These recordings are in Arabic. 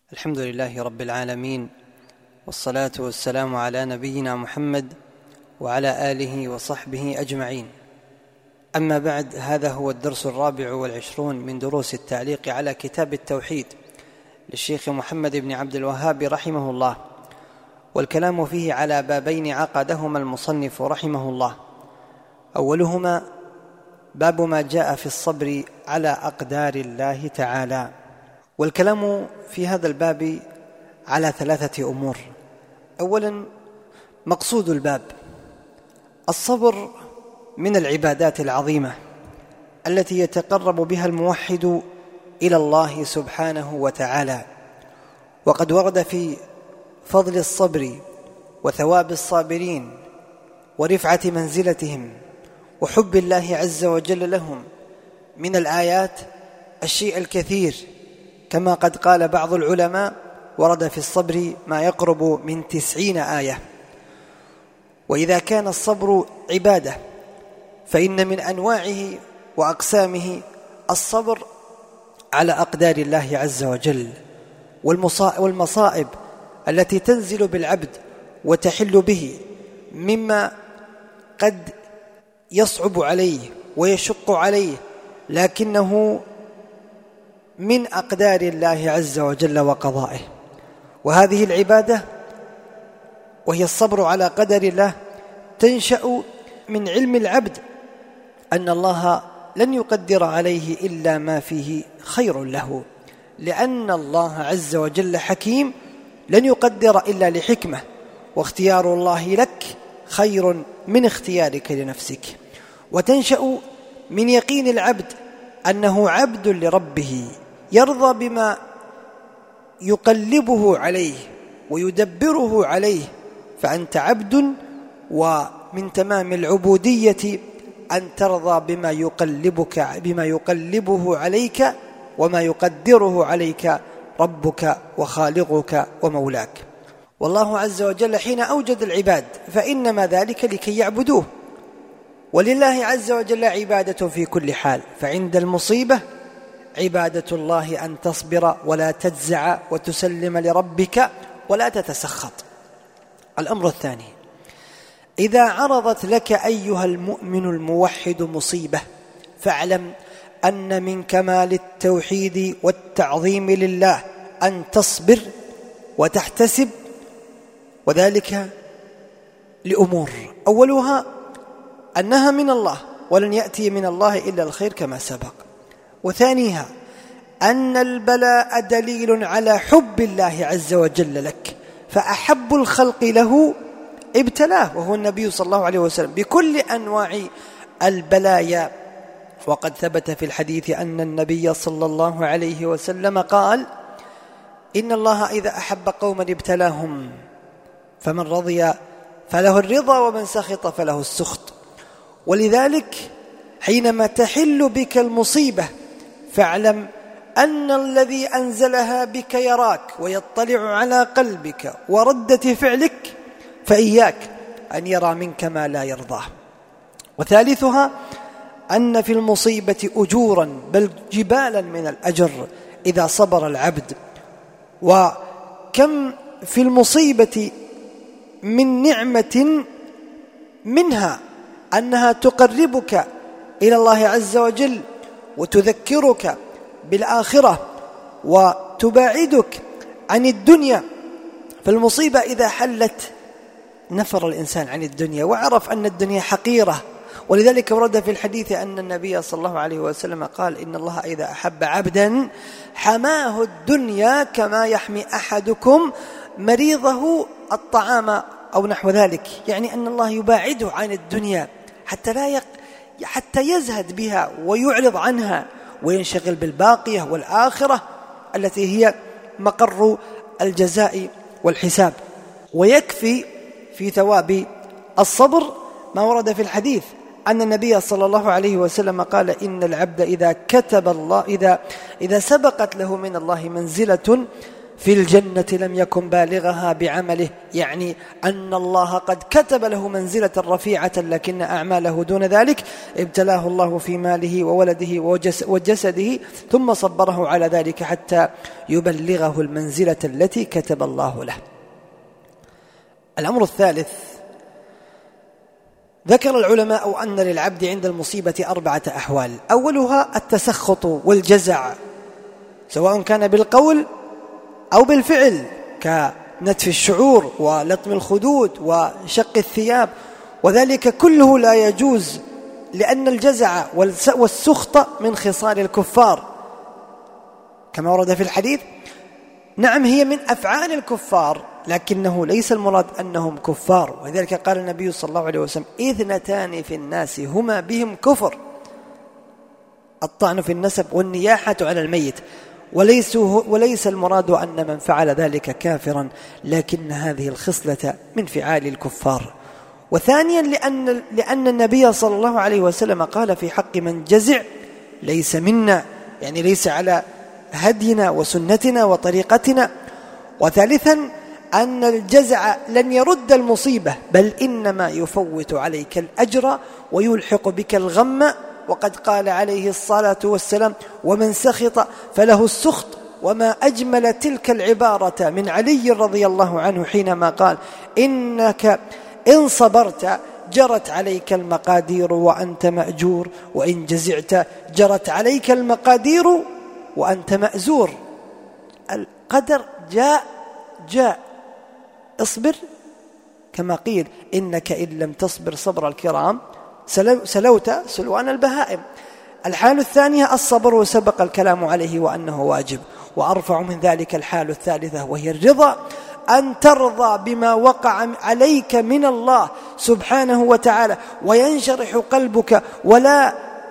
الحمد لله رب العالمين، والصلاة والسلام على نبينا محمد وعلى آله وصحبه أجمعين. أما بعد، هذا هو الدرس 24 من دروس التعليق على كتاب التوحيد للشيخ محمد بن عبد الوهاب رحمه الله، والكلام فيه على بابين عقدهما المصنف رحمه الله. أولهما باب ما جاء في الصبر على أقدار الله تعالى، والكلام في هذا الباب على 3 أمور. أولا، مقصود الباب: الصبر من العبادات العظيمة التي يتقرب بها الموحد إلى الله سبحانه وتعالى، وقد ورد في فضل الصبر وثواب الصابرين ورفعة منزلتهم وحب الله عز وجل لهم من الآيات الشيء الكثير، كما قد قال بعض العلماء: ورد في الصبر ما يقرب من 90 آية. وإذا كان الصبر عبادة، فإن من أنواعه وأقسامه الصبر على أقدار الله عز وجل والمصائب التي تنزل بالعبد وتحل به، مما قد يصعب عليه ويشق عليه، لكنه من أقدار الله عز وجل وقضائه. وهذه العبادة وهي الصبر على قدر الله تنشأ من علم العبد أن الله لن يقدر عليه إلا ما فيه خير له، لأن الله عز وجل حكيم لن يقدر إلا لحكمة، واختيار الله لك خير من اختيارك لنفسك. وتنشأ من يقين العبد أنه عبد لربه يرضى بما يقلبه عليه ويدبره عليه، فأنت عبد، ومن تمام العبودية أن ترضى بما يقلبه عليك وما يقدره عليك ربك وخالقك ومولاك. والله عز وجل حين أوجد العباد فإنما ذلك لكي يعبدوه، ولله عز وجل عبادة في كل حال، فعند المصيبة عبادة الله أن تصبر ولا تجزع وتسلم لربك ولا تتسخط. الأمر الثاني: إذا عرضت لك أيها المؤمن الموحد مصيبة، فاعلم أن من كمال التوحيد والتعظيم لله أن تصبر وتحتسب، وذلك لأمور: أولها أنها من الله، ولن يأتي من الله إلا الخير كما سبق. وثانيها أن البلاء دليل على حب الله عز وجل لك، فأحب الخلق له ابتلاه، وهو النبي صلى الله عليه وسلم، بكل أنواع البلايا. وقد ثبت في الحديث أن النبي صلى الله عليه وسلم قال: إن الله إذا أحب قوما ابتلاهم، فمن رضي فله الرضا ومن سخط فله السخط. ولذلك حينما تحل بك المصيبة فاعلم أن الذي أنزلها بك يراك ويطلع على قلبك وردة فعلك، فإياك أن يرى منك ما لا يرضاه. وثالثها أن في المصيبة أجورا، بل جبالا من الأجر إذا صبر العبد. وكم في المصيبة من نعمة، منها أنها تقربك إلى الله عز وجل وتذكرك بالآخرة وتباعدك عن الدنيا. فالمصيبة إذا حلت نفر الإنسان عن الدنيا وعرف أن الدنيا حقيرة. ولذلك ورد في الحديث أن النبي صلى الله عليه وسلم قال: إن الله إذا أحب عبدا حماه الدنيا كما يحمي أحدكم مريضه الطعام أو نحو ذلك، يعني أن الله يباعده عن الدنيا حتى يزهد بها ويعرض عنها وينشغل بالباقية والآخرة التي هي مقر الجزاء والحساب. ويكفي في ثواب الصبر ما ورد في الحديث أن النبي صلى الله عليه وسلم قال: إن العبد إذا كتب الله إذا سبقت له من الله منزلة في الجنة لم يكن بالغها بعمله، يعني أن الله قد كتب له منزلة رفيعة لكن أعماله دون ذلك. ابتلاه الله في ماله وولده وجسده ثم صبره على ذلك حتى يبلغه المنزلة التي كتب الله له. الأمر الثالث، ذكر العلماء أن للعبد عند المصيبة 4 أحوال. أولها التسخط والجزع، سواء كان بالقول أو بالفعل، كنتف الشعور ولطم الخدود وشق الثياب، وذلك كله لا يجوز، لأن الجزع والسخط من خصال الكفار كما ورد في الحديث. نعم، هي من أفعال الكفار، لكنه ليس المراد أنهم كفار، ولذلك قال النبي صلى الله عليه وسلم: 2 في الناس هما بهم كفر: الطعن في النسب والنياحة على الميت. وليس المراد أن من فعل ذلك كافرا، لكن هذه الخصلة من فعال الكفار. وثانيا لأن النبي صلى الله عليه وسلم قال في حق من جزع: ليس منا، يعني ليس على هدينا وسنتنا وطريقتنا. وثالثا أن الجزع لن يرد المصيبة، بل إنما يفوت عليك الأجر ويلحق بك الغم. وقد قال عليه الصلاة والسلام: ومن سخط فله السخط. وما أجمل تلك العبارة من علي رضي الله عنه حينما قال: إنك إن صبرت جرت عليك المقادير وأنت مأجور، وإن جزعت جرت عليك المقادير وأنت مأزور. القدر جاء، اصبر، كما قيل: إنك إن لم تصبر صبر الكرام سلوت سلوان البهائم. الحال الثانية الصبر، وسبق الكلام عليه وأنه واجب. وأرفع من ذلك الحال الثالثة، وهي الرضا، أن ترضى بما وقع عليك من الله سبحانه وتعالى وينشرح قلبك ولا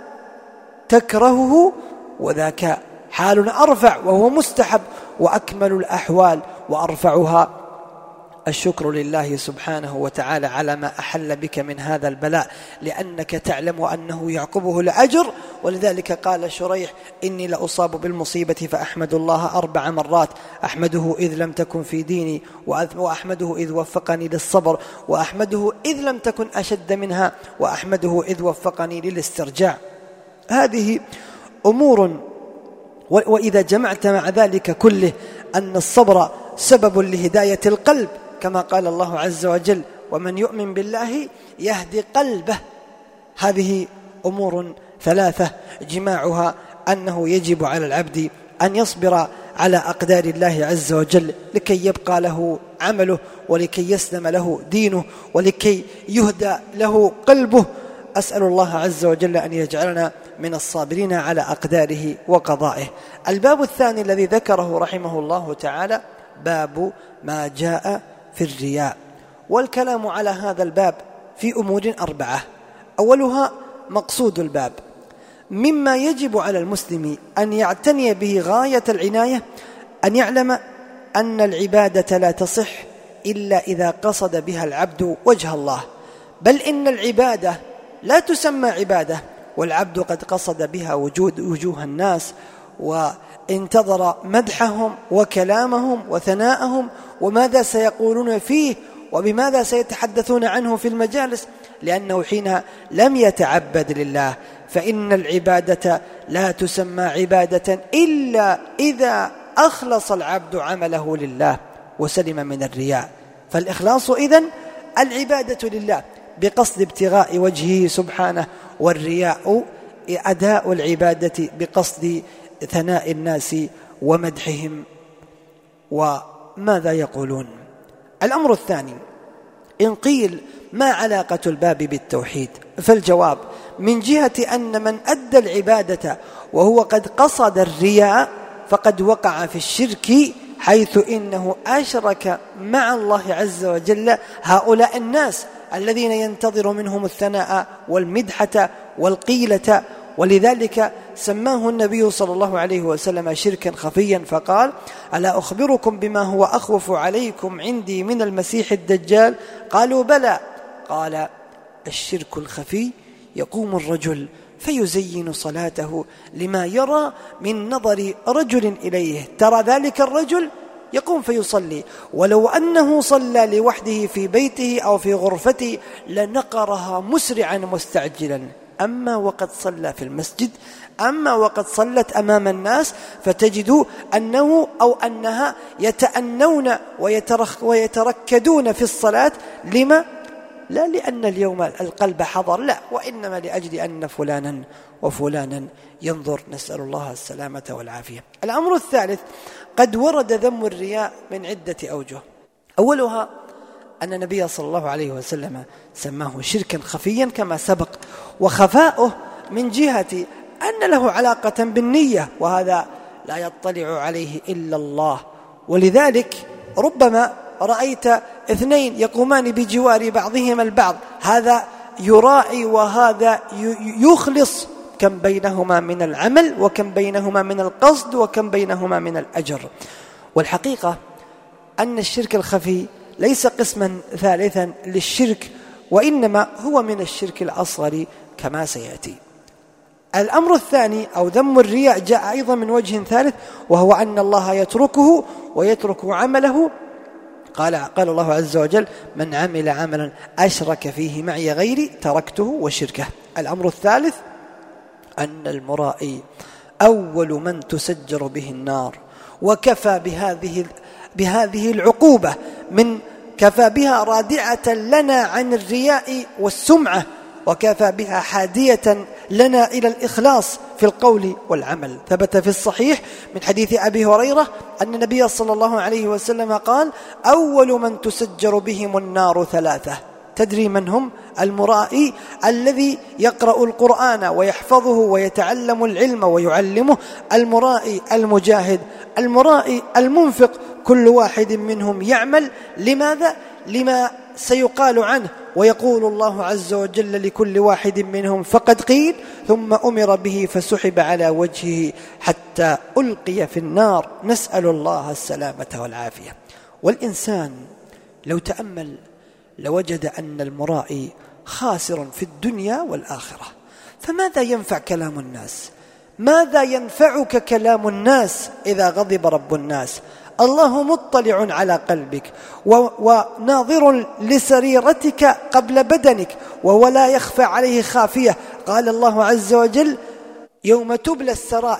تكرهه، وذاك حال أرفع وهو مستحب وأكمل الأحوال. وأرفعها الشكر لله سبحانه وتعالى على ما أحل بك من هذا البلاء، لأنك تعلم أنه يعقبه الأجر. ولذلك قال شريح: إني لأصاب بالمصيبة فأحمد الله 4 مرات: أحمده إذ لم تكن في ديني، وأحمده إذ وفقني للصبر، وأحمده إذ لم تكن أشد منها، وأحمده إذ وفقني للاسترجاع. هذه أمور، وإذا جمعت مع ذلك كله أن الصبر سبب لهداية القلب، كما قال الله عز وجل: ومن يؤمن بالله يهدي قلبه. هذه أمور 3 جماعها أنه يجب على العبد أن يصبر على أقدار الله عز وجل لكي يبقى له عمله، ولكي يسلم له دينه، ولكي يهدى له قلبه. أسأل الله عز وجل أن يجعلنا من الصابرين على أقداره وقضائه. الباب الثاني الذي ذكره رحمه الله تعالى باب ما جاء في الرياء. والكلام على هذا الباب في أمور 4. أولها مقصود الباب. مما يجب على المسلم أن يعتني به غاية العناية أن يعلم أن العبادة لا تصح إلا إذا قصد بها العبد وجه الله، بل إن العبادة لا تسمى عبادة والعبد قد قصد بها وجوه الناس، وانتظر مدحهم وكلامهم وثناءهم وماذا سيقولون فيه وبماذا سيتحدثون عنه في المجالس، لأنه حينها لم يتعبد لله. فإن العبادة لا تسمى عبادة إلا إذا أخلص العبد عمله لله وسلم من الرياء. فالإخلاص إذن العبادة لله بقصد ابتغاء وجهه سبحانه، والرياء أداء العبادة بقصد ثناء الناس ومدحهم وماذا يقولون. الأمر الثاني: إن قيل ما علاقة الباب بالتوحيد؟ فالجواب: من جهة أن من أدى العبادة وهو قد قصد الرياء فقد وقع في الشرك، حيث إنه أشرك مع الله عز وجل هؤلاء الناس الذين ينتظر منهم الثناء والمدحة والقيلة. ولذلك سماه النبي صلى الله عليه وسلم شركا خفيا، فقال: ألا أخبركم بما هو أخوف عليكم عندي من المسيح الدجال؟ قالوا: بلى. قال: الشرك الخفي، يقوم الرجل فيزين صلاته لما يرى من نظر رجل إليه، ترى ذلك الرجل يقوم فيصلي، ولو أنه صلى لوحده في بيته أو في غرفته لنقرها مسرعا مستعجلا. أما وقد صلى في المسجد، أما وقد صلت أمام الناس، فتجد أنه أو أنها يتأنون ويتركدون في الصلاة. لما؟ لا لأن اليوم القلب حضر، لا، وإنما لأجل أن فلانا وفلانا ينظر، نسأل الله السلامة والعافية. الأمر الثالث، قد ورد ذم الرياء من عدة أوجه. أولها أن النبي صلى الله عليه وسلم سماه شركا خفيا كما سبق، وخفاؤه من جهة أن له علاقة بالنية، وهذا لا يطلع عليه إلا الله. ولذلك ربما رأيت اثنين يقومان بجوار بعضهما البعض، هذا يراعي وهذا يخلص، كم بينهما من العمل وكم بينهما من القصد وكم بينهما من الأجر. والحقيقة أن الشرك الخفي ليس قسما ثالثا للشرك، وإنما هو من الشرك الأصغر كما سيأتي. الأمر الثاني أو ذم الرياء جاء أيضا من وجه ثالث، وهو أن الله يتركه ويترك عمله. قال الله عز وجل: من عمل عملا أشرك فيه معي غيري تركته وشركه. الأمر الثالث أن المرائي أول من تسجر به النار، وكفى بهذه العقوبة كفى بها رادعة لنا عن الرياء والسمعة، وكفى بها حادية لنا إلى الإخلاص في القول والعمل. ثبت في الصحيح من حديث أبي هريرة أن النبي صلى الله عليه وسلم قال: أول من تسجر بهم النار ثلاثة. تدري من هم؟ المرائي الذي يقرأ القرآن ويحفظه ويتعلم العلم ويعلمه، المرائي المجاهد، المرائي المنفق. كل واحد منهم يعمل لماذا؟ لما سيقال عنه، ويقول الله عز وجل لكل واحد منهم: فقد قيل، ثم أمر به فسحب على وجهه حتى ألقي في النار، نسأل الله السلامة والعافية. والإنسان لو تأمل لوجد أن المرائي خاسر في الدنيا والآخرة. فماذا ينفع كلام الناس؟ ماذا ينفعك كلام الناس إذا غضب رب الناس؟ الله مطلع على قلبك وناظر لسريرتك قبل بدنك، وهو لا يخفى عليه خافية. قال الله عز وجل: يوم تبلى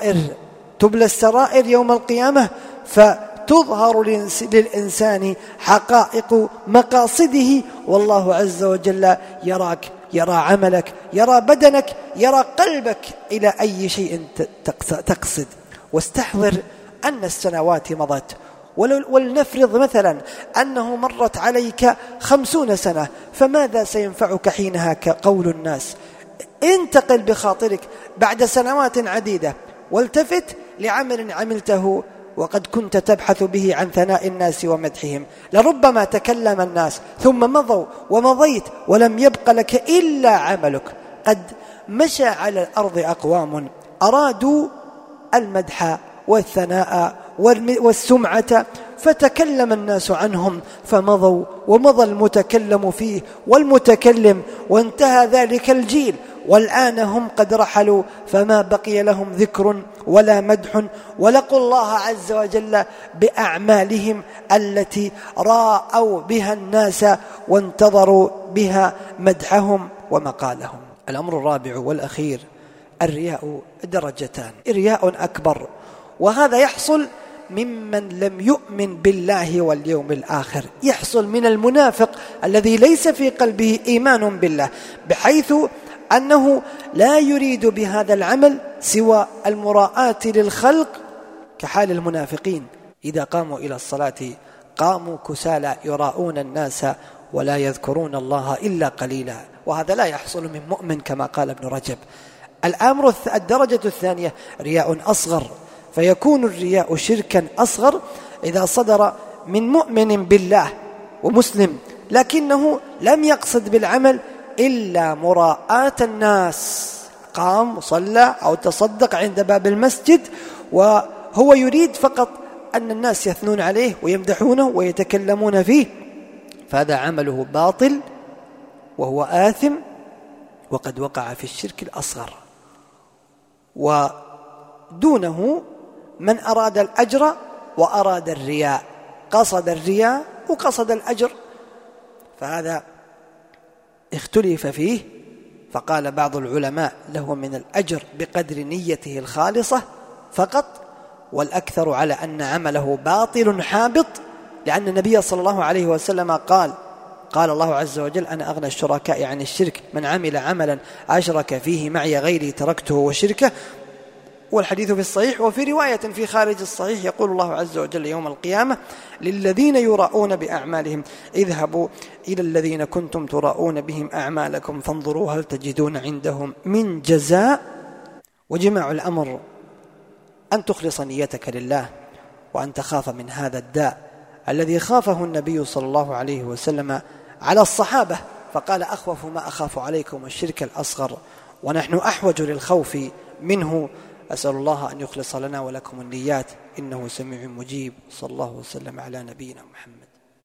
السرائر يوم القيامة، فتظهر للإنسان حقائق مقاصده، والله عز وجل يراك، يرى عملك، يرى بدنك، يرى قلبك إلى أي شيء تقصد. واستحضر أن السنوات مضت، ولنفرض مثلا أنه مرت عليك 50 سنة، فماذا سينفعك حينها كقول الناس؟ انتقل بخاطرك بعد سنوات عديدة والتفت لعمل عملته وقد كنت تبحث به عن ثناء الناس ومدحهم. لربما تكلم الناس ثم مضوا ومضيت ولم يبق لك إلا عملك. قد مشى على الأرض أقوام أرادوا المدح والثناء والسمعة، فتكلم الناس عنهم فمضوا، ومضى المتكلم فيه والمتكلم، وانتهى ذلك الجيل، والآن هم قد رحلوا، فما بقي لهم ذكر ولا مدح، ولقوا الله عز وجل بأعمالهم التي راءوا بها الناس وانتظروا بها مدحهم ومقالهم. الأمر الرابع والأخير: الرياء درجتان، رياء أكبر، وهذا يحصل ممن لم يؤمن بالله واليوم الآخر، يحصل من المنافق الذي ليس في قلبه إيمان بالله، بحيث أنه لا يريد بهذا العمل سوى المراءة للخلق، كحال المنافقين إذا قاموا إلى الصلاة قاموا كسالى يراءون الناس ولا يذكرون الله إلا قليلا، وهذا لا يحصل من مؤمن كما قال ابن رجب. الدرجة الثانية رياء أصغر، فيكون الرياء شركا أصغر إذا صدر من مؤمن بالله ومسلم، لكنه لم يقصد بالعمل إلا مراءة الناس، قام وصلى أو تصدق عند باب المسجد وهو يريد فقط أن الناس يثنون عليه ويمدحونه ويتكلمون فيه، فهذا عمله باطل وهو آثم وقد وقع في الشرك الأصغر. ودونه من أراد الأجر وأراد الرياء، قصد الرياء وقصد الأجر، فهذا اختلف فيه، فقال بعض العلماء له من الأجر بقدر نيته الخالصة فقط، والأكثر على أن عمله باطل حابط، لأن النبي صلى الله عليه وسلم قال الله عز وجل: أنا أغنى الشركاء عن الشرك، من عمل عملا أشرك فيه معي غيري تركته وشركه. والحديث في الصحيح. وفي رواية في خارج الصحيح يقول الله عز وجل يوم القيامة: للذين يراءون بأعمالهم اذهبوا إلى الذين كنتم تراءون بهم أعمالكم فانظروا هل تجدون عندهم من جزاء. وجماع الأمر أن تخلص نيتك لله، وأن تخاف من هذا الداء الذي خافه النبي صلى الله عليه وسلم على الصحابة، فقال: أخوف ما أخاف عليكم الشرك الأصغر، ونحن أحوج للخوف منه. أسأل الله أن يخلص لنا ولكم النيات، إنه سميع مجيب. صلى الله وسلم على نبينا محمد.